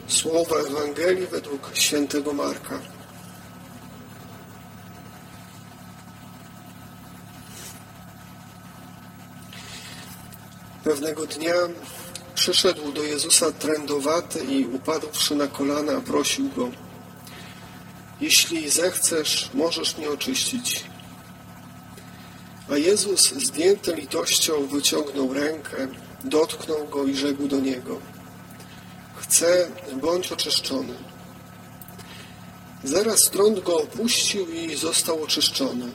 Słowa Ewangelii według świętego Marka. Pewnego dnia przyszedł do Jezusa trędowaty i upadłszy na kolana, prosił Go: jeśli zechcesz, możesz mnie oczyścić. A Jezus, zdjęty litością, wyciągnął rękę, dotknął Go i rzekł do Niego: chcę, bądź oczyszczony. Zaraz trąd go opuścił i został oczyszczony.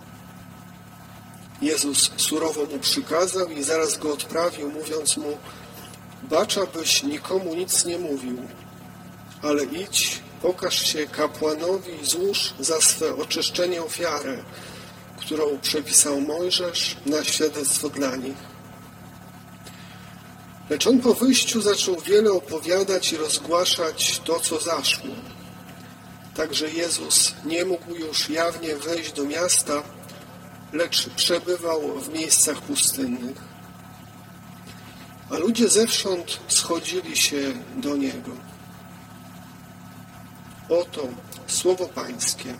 Jezus surowo mu przykazał i zaraz go odprawił, mówiąc mu: bacz, abyś nikomu nic nie mówił, ale idź, pokaż się kapłanowi i złóż za swe oczyszczenie ofiarę, którą przepisał Mojżesz na świadectwo dla nich. Lecz on po wyjściu zaczął wiele opowiadać i rozgłaszać to, co zaszło. Także Jezus nie mógł już jawnie wejść do miasta, lecz przebywał w miejscach pustynnych. A ludzie zewsząd schodzili się do Niego. Oto słowo Pańskie.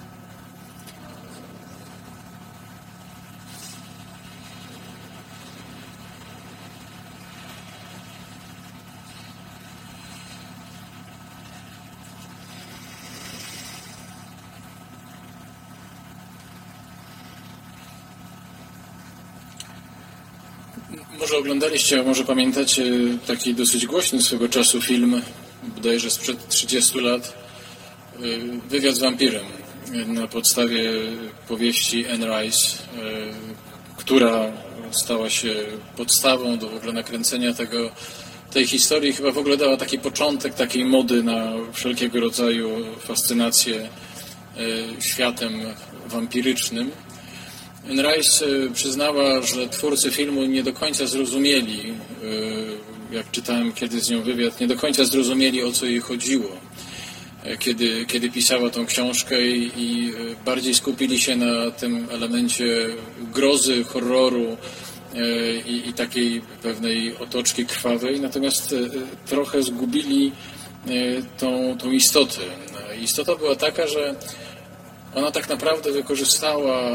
Może oglądaliście, a może pamiętacie taki dosyć głośny swego czasu film, bodajże sprzed 30 lat, Wywiad z wampirem, na podstawie powieści Anne Rice, która stała się podstawą do w ogóle nakręcenia tej historii. Chyba w ogóle dała taki początek takiej mody na wszelkiego rodzaju fascynację światem wampirycznym. Anne Rice przyznała, że twórcy filmu nie do końca zrozumieli, jak czytałem kiedyś z nią wywiad, nie do końca zrozumieli, o co jej chodziło, kiedy pisała tą książkę i bardziej skupili się na tym elemencie grozy, horroru i takiej pewnej otoczki krwawej, natomiast trochę zgubili tą istotę. Istota była taka, że ona tak naprawdę wykorzystała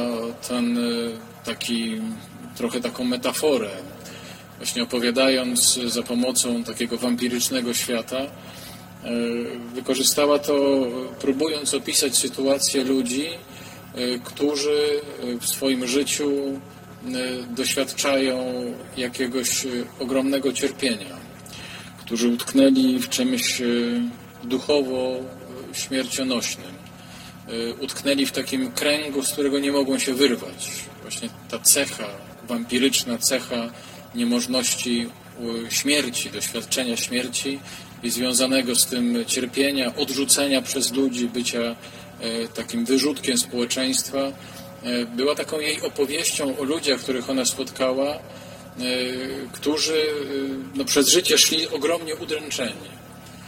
trochę taką metaforę, właśnie opowiadając za pomocą takiego wampirycznego świata, wykorzystała to, próbując opisać sytuację ludzi, którzy w swoim życiu doświadczają jakiegoś ogromnego cierpienia, którzy utknęli w czymś duchowo śmiercionośnym. Utknęli w takim kręgu, z którego nie mogą się wyrwać. Właśnie ta cecha, wampiryczna cecha niemożności śmierci, doświadczenia śmierci i związanego z tym cierpienia, odrzucenia przez ludzi, bycia takim wyrzutkiem społeczeństwa, była taką jej opowieścią o ludziach, których ona spotkała, którzy przez życie szli ogromnie udręczeni.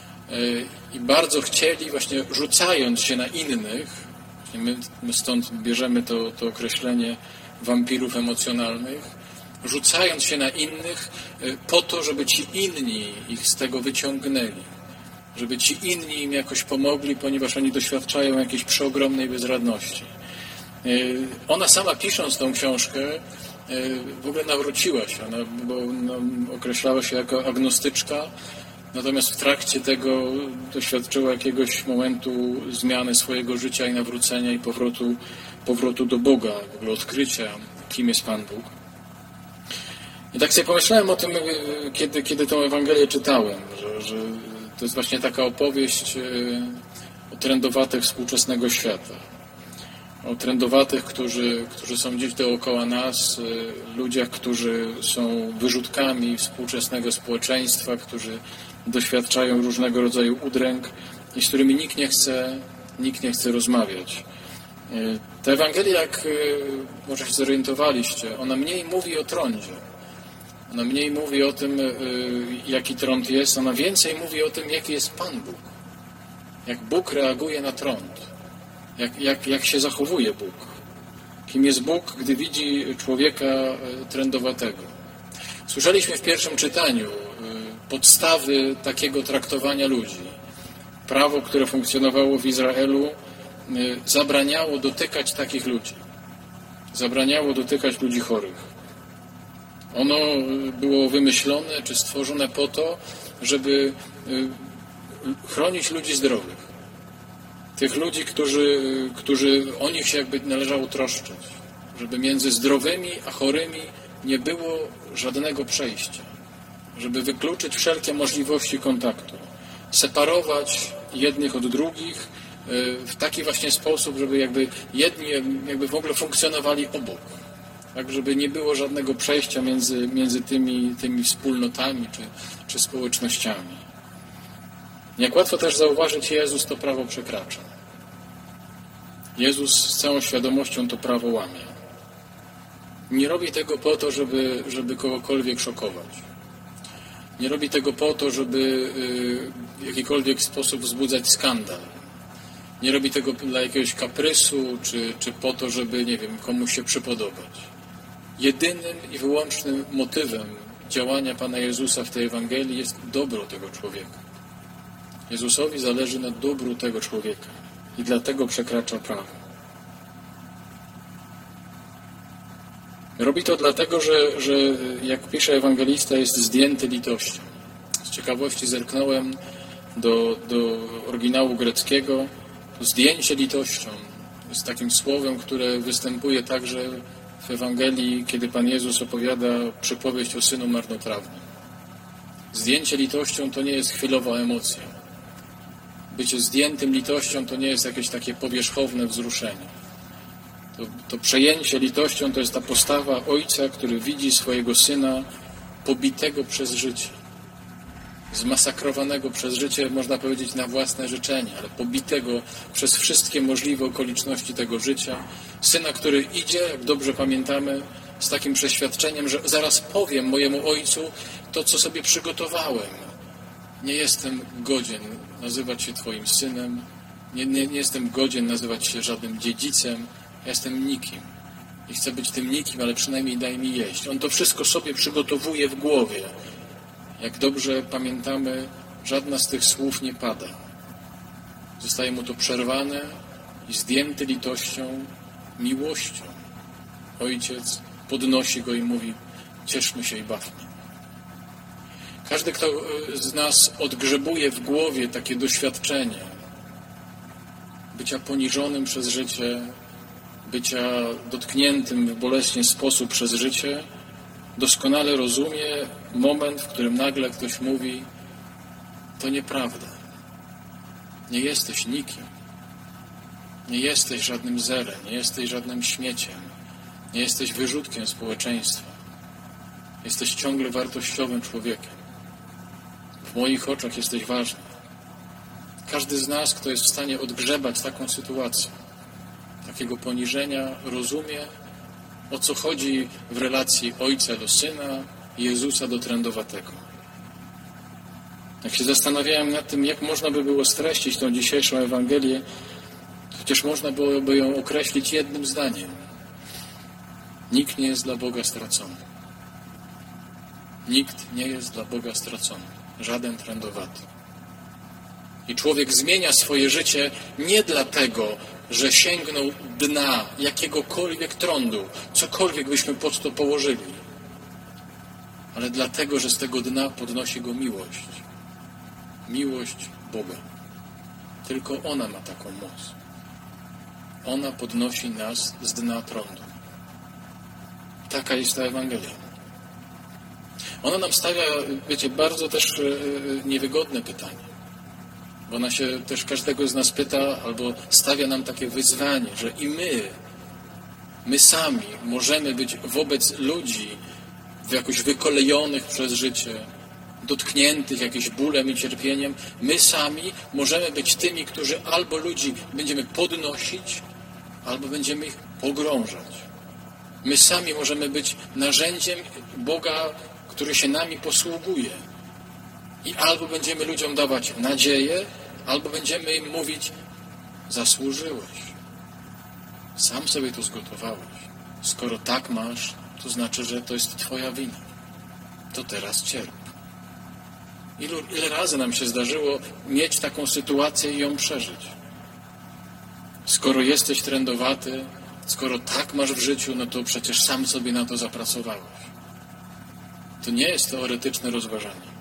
I bardzo chcieli, właśnie rzucając się na innych, my stąd bierzemy to określenie wampirów emocjonalnych, rzucając się na innych po to, żeby ci inni ich z tego wyciągnęli, żeby ci inni im jakoś pomogli, ponieważ oni doświadczają jakiejś przeogromnej bezradności. Ona sama, pisząc tą książkę, w ogóle nawróciła się, bo określała się jako agnostyczka. Natomiast w trakcie tego doświadczyła jakiegoś momentu zmiany swojego życia i nawrócenia i powrotu do Boga, w ogóle odkrycia, kim jest Pan Bóg. I tak sobie pomyślałem o tym, kiedy tę Ewangelię czytałem, że to jest właśnie taka opowieść o trędowatych współczesnego świata. O trędowatych, którzy są gdzieś dookoła nas, ludziach, którzy są wyrzutkami współczesnego społeczeństwa, którzy doświadczają różnego rodzaju udręk i z którymi nikt nie chce rozmawiać. Ta Ewangelia, jak może się zorientowaliście, ona mniej mówi o trądzie. Ona mniej mówi o tym, jaki trąd jest, ona więcej mówi o tym, jaki jest Pan Bóg. Jak Bóg reaguje na trąd. Jak się zachowuje Bóg. Kim jest Bóg, gdy widzi człowieka trędowatego. Słyszeliśmy w pierwszym czytaniu podstawy takiego traktowania ludzi. prawo, które funkcjonowało w Izraelu, zabraniało dotykać takich ludzi. Zabraniało dotykać ludzi chorych. Ono było wymyślone czy stworzone po to, żeby chronić ludzi zdrowych. Tych ludzi, którzy o nich się jakby należało troszczyć. Żeby między zdrowymi a chorymi nie było żadnego przejścia. Żeby wykluczyć wszelkie możliwości kontaktu. Separować jednych od drugich w taki właśnie sposób, żeby jakby jedni jakby w ogóle funkcjonowali obok. Tak, żeby nie było żadnego przejścia między tymi wspólnotami czy społecznościami. Jak łatwo też zauważyć, Jezus to prawo przekracza. Jezus z całą świadomością to prawo łamie. Nie robi tego po to, żeby kogokolwiek szokować. Nie robi tego po to, żeby w jakikolwiek sposób wzbudzać skandal. Nie robi tego dla jakiegoś kaprysu, czy po to, żeby, nie wiem, komuś się przypodobać. Jedynym i wyłącznym motywem działania Pana Jezusa w tej Ewangelii jest dobro tego człowieka. Jezusowi zależy na dobru tego człowieka i dlatego przekracza prawo. Robi to dlatego, że jak pisze ewangelista, jest zdjęty litością. Z ciekawości zerknąłem do oryginału greckiego. Zdjęcie litością jest takim słowem, które występuje także w Ewangelii, kiedy Pan Jezus opowiada przypowieść o synu marnotrawnym. Zdjęcie litością to nie jest chwilowa emocja. Bycie zdjętym litością to nie jest jakieś takie powierzchowne wzruszenie. To przejęcie litością to jest ta postawa ojca, który widzi swojego syna pobitego przez życie. Zmasakrowanego przez życie, można powiedzieć, na własne życzenie, ale pobitego przez wszystkie możliwe okoliczności tego życia. Syna, który idzie, jak dobrze pamiętamy, z takim przeświadczeniem, że zaraz powiem mojemu ojcu to, co sobie przygotowałem. Nie jestem godzien nazywać się Twoim synem, nie jestem godzien nazywać się żadnym dziedzicem, ja jestem nikim. I chcę być tym nikim, ale przynajmniej daj mi jeść. On to wszystko sobie przygotowuje w głowie. Jak dobrze pamiętamy, żadna z tych słów nie pada. Zostaje mu to przerwane i zdjęty litością, miłością. Ojciec podnosi go i mówi: cieszmy się i bawmy. Każdy, kto z nas odgrzebuje w głowie takie doświadczenie bycia poniżonym przez życie, bycia dotkniętym w boleśnie sposób przez życie, doskonale rozumie moment, w którym nagle ktoś mówi: to nieprawda. Nie jesteś nikim. Nie jesteś żadnym zerem, nie jesteś żadnym śmieciem, nie jesteś wyrzutkiem społeczeństwa. Jesteś ciągle wartościowym człowiekiem. W moich oczach jesteś ważny. Każdy z nas, kto jest w stanie odgrzebać taką sytuację, takiego poniżenia, rozumie, o co chodzi w relacji ojca do syna i Jezusa do trędowatego. Jak się zastanawiałem nad tym, jak można by było streścić tą dzisiejszą Ewangelię, chociaż można byłoby ją określić jednym zdaniem. Nikt nie jest dla Boga stracony. Nikt nie jest dla Boga stracony. Żaden trędowaty. I człowiek zmienia swoje życie nie dlatego, że sięgnął dna jakiegokolwiek trądu, cokolwiek byśmy pod to położyli, ale dlatego, że z tego dna podnosi go miłość. Miłość Boga. Tylko ona ma taką moc. Ona podnosi nas z dna trądu. Taka jest ta Ewangelia. Ona nam stawia, wiecie, bardzo też niewygodne pytanie. Bo ona się też każdego z nas pyta, albo stawia nam takie wyzwanie, że i my sami możemy być wobec ludzi jakoś wykolejonych przez życie, dotkniętych jakimś bólem i cierpieniem, my sami możemy być tymi, którzy albo ludzi będziemy podnosić, albo będziemy ich pogrążać. My sami możemy być narzędziem Boga, który się nami posługuje. I albo będziemy ludziom dawać nadzieję, albo będziemy im mówić: zasłużyłeś. Sam sobie to zgotowałeś. Skoro tak masz, to znaczy, że to jest Twoja wina. To teraz cierp. Ile razy nam się zdarzyło mieć taką sytuację i ją przeżyć? Skoro jesteś trędowaty, skoro tak masz w życiu, no to przecież sam sobie na to zapracowałeś. To nie jest teoretyczne rozważanie.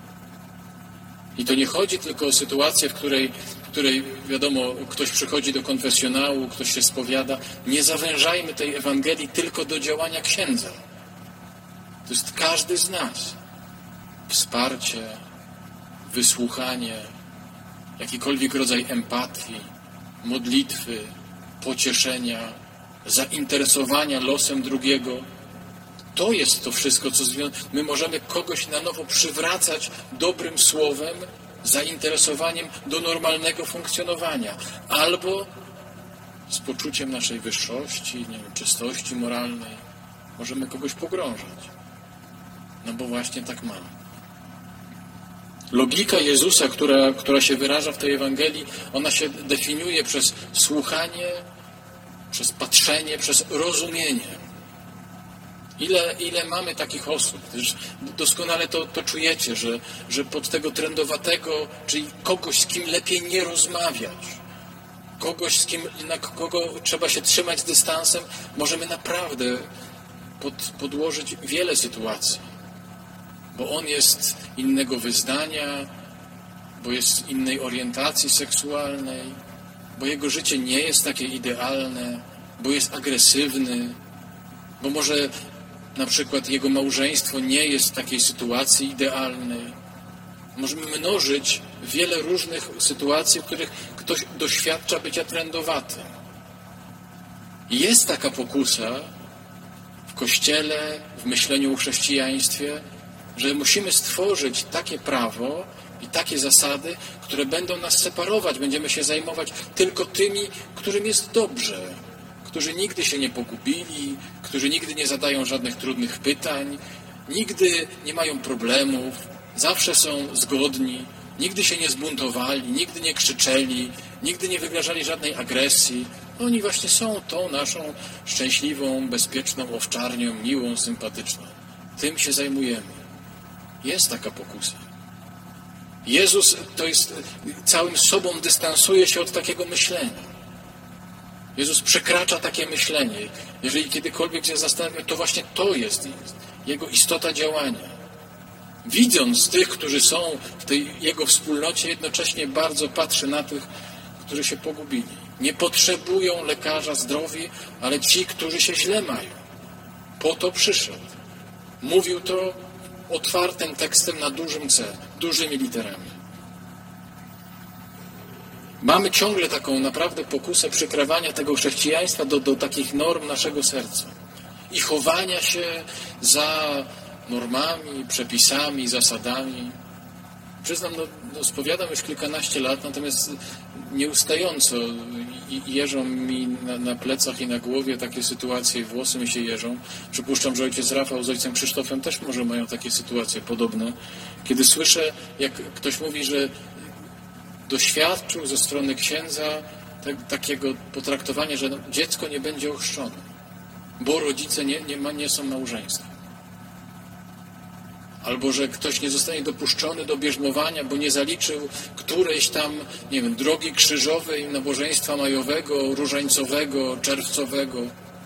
I to nie chodzi tylko o sytuację, w której wiadomo, ktoś przychodzi do konfesjonału, ktoś się spowiada. Nie zawężajmy tej Ewangelii tylko do działania księdza. To jest każdy z nas. Wsparcie, wysłuchanie, jakikolwiek rodzaj empatii, modlitwy, pocieszenia, zainteresowania losem drugiego. To jest to wszystko, co my możemy kogoś na nowo przywracać dobrym słowem, zainteresowaniem do normalnego funkcjonowania. Albo z poczuciem naszej wyższości, nie wiem, czystości moralnej możemy kogoś pogrążać. No bo właśnie tak mamy. Logika Jezusa, która się wyraża w tej Ewangelii, ona się definiuje przez słuchanie, przez patrzenie, przez rozumienie. Ile mamy takich osób? Doskonale to czujecie, że pod tego trędowatego, czyli kogoś, z kim lepiej nie rozmawiać, kogoś, na kogo trzeba się trzymać z dystansem, możemy naprawdę podłożyć wiele sytuacji. Bo on jest innego wyznania, bo jest innej orientacji seksualnej, bo jego życie nie jest takie idealne, bo jest agresywny, bo może na przykład jego małżeństwo nie jest w takiej sytuacji idealnej. Możemy mnożyć wiele różnych sytuacji, w których ktoś doświadcza bycia trędowatym. I jest taka pokusa w Kościele, w myśleniu o chrześcijaństwie, że musimy stworzyć takie prawo i takie zasady, które będą nas separować. Będziemy się zajmować tylko tymi, którym jest dobrze, którzy nigdy się nie pogubili, którzy nigdy nie zadają żadnych trudnych pytań, nigdy nie mają problemów, zawsze są zgodni, nigdy się nie zbuntowali, nigdy nie krzyczeli, nigdy nie wyrażali żadnej agresji. Oni właśnie są tą naszą szczęśliwą, bezpieczną owczarnią, miłą, sympatyczną. Tym się zajmujemy. Jest taka pokusa. Jezus to jest całym sobą dystansuje się od takiego myślenia. Jezus przekracza takie myślenie. Jeżeli kiedykolwiek się zastanawiamy, to właśnie to jest Jego istota działania. Widząc tych, którzy są w tej Jego wspólnocie, jednocześnie bardzo patrzy na tych, którzy się pogubili. Nie potrzebują lekarza zdrowi, ale ci, którzy się źle mają. Po to przyszedł. Mówił to otwartym tekstem na dużym C, dużymi literami. Mamy ciągle taką naprawdę pokusę przykrawania tego chrześcijaństwa do takich norm naszego serca i chowania się za normami, przepisami, zasadami. Przyznam, spowiadam już kilkanaście lat, natomiast nieustająco jeżą mi na plecach i na głowie takie sytuacje, włosy mi się jeżą. Przypuszczam, że ojciec Rafał z ojcem Krzysztofem też może mają takie sytuacje podobne. Kiedy słyszę, jak ktoś mówi, że doświadczył ze strony księdza takiego potraktowania, że dziecko nie będzie ochrzczone, bo rodzice nie są małżeństwem. Albo że ktoś nie zostanie dopuszczony do bierzmowania, bo nie zaliczył którejś tam, nie wiem, drogi krzyżowej, nabożeństwa majowego, różańcowego, czerwcowego.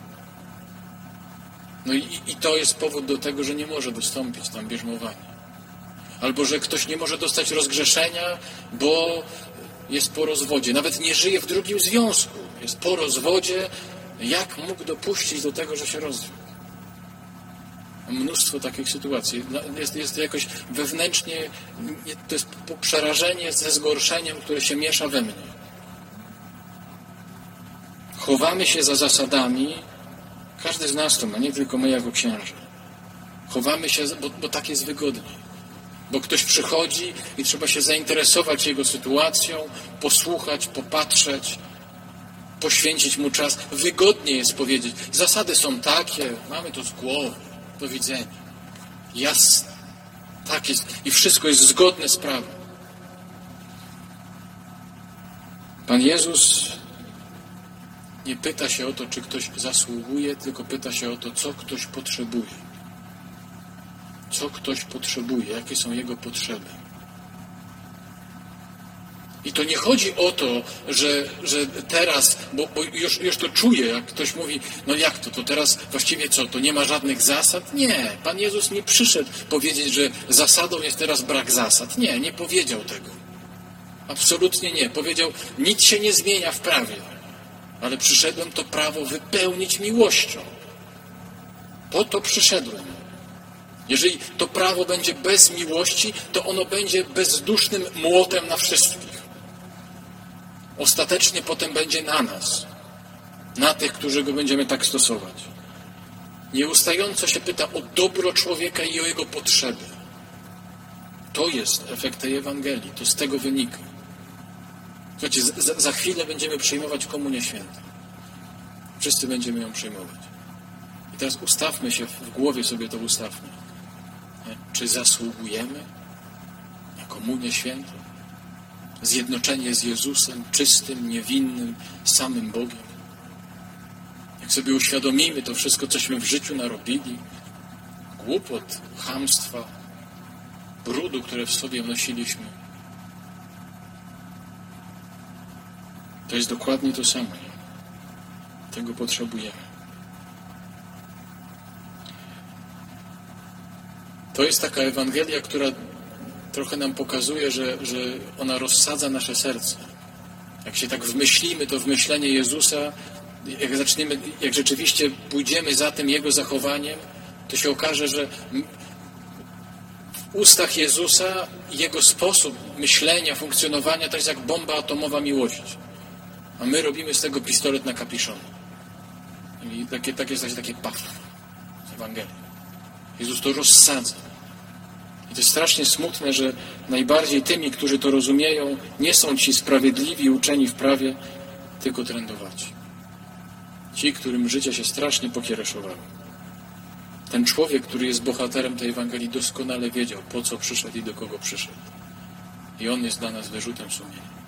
No i to jest powód do tego, że nie może dostąpić tam bierzmowania. Albo że ktoś nie może dostać rozgrzeszenia, bo jest po rozwodzie. Nawet nie żyje w drugim związku. Jest po rozwodzie. Jak mógł dopuścić do tego, że się rozwiódł? Mnóstwo takich sytuacji. Jest jakoś wewnętrznie, to jest przerażenie ze zgorszeniem, które się miesza we mnie. Chowamy się za zasadami. Każdy z nas to ma, nie tylko my jako księża. Chowamy się, bo tak jest wygodniej. Bo ktoś przychodzi i trzeba się zainteresować jego sytuacją, posłuchać, popatrzeć, poświęcić mu czas. Wygodniej jest powiedzieć, zasady są takie, mamy to z głowy, do widzenia. Jasne, tak jest i wszystko jest zgodne z prawem. Pan Jezus nie pyta się o to, czy ktoś zasługuje, tylko pyta się o to, co ktoś potrzebuje. Co ktoś potrzebuje, jakie są jego potrzeby. I to nie chodzi o to, że teraz, bo już to czuję, jak ktoś mówi, no jak to teraz właściwie co, to nie ma żadnych zasad? Nie, Pan Jezus nie przyszedł powiedzieć, że zasadą jest teraz brak zasad. Nie powiedział tego. Absolutnie nie. Powiedział, nic się nie zmienia w prawie, ale przyszedłem to prawo wypełnić miłością. Po to przyszedłem. Jeżeli to prawo będzie bez miłości, to ono będzie bezdusznym młotem na wszystkich. Ostatecznie potem będzie na nas, na tych, którzy go będziemy tak stosować. Nieustająco się pyta o dobro człowieka i o jego potrzeby. To jest efekt tej Ewangelii, to z tego wynika. Słuchajcie, za chwilę będziemy przyjmować Komunię Świętą. Wszyscy będziemy ją przyjmować. I teraz ustawmy się, w głowie sobie to ustawmy. Czy zasługujemy na Komunię Świętą? Zjednoczenie z Jezusem, czystym, niewinnym, samym Bogiem. Jak sobie uświadomimy to wszystko, cośmy w życiu narobili, głupot, chamstwa, brudu, które w sobie nosiliśmy, to jest dokładnie to samo. Tego potrzebujemy. To jest taka Ewangelia, która trochę nam pokazuje, że ona rozsadza nasze serce. Jak się tak wmyślimy, to wmyślenie Jezusa, jak rzeczywiście pójdziemy za tym Jego zachowaniem, to się okaże, że w ustach Jezusa Jego sposób myślenia, funkcjonowania to jest jak bomba atomowa miłości. A my robimy z tego pistolet na kapiszon. I takie paf z Ewangelii. Jezus to rozsadza. I to jest strasznie smutne, że najbardziej tymi, którzy to rozumieją, nie są ci sprawiedliwi, uczeni w prawie, tylko trędowaci. Ci, którym życie się strasznie pokiereszowało. Ten człowiek, który jest bohaterem tej Ewangelii, doskonale wiedział, po co przyszedł i do kogo przyszedł. I on jest dla nas wyrzutem sumienia.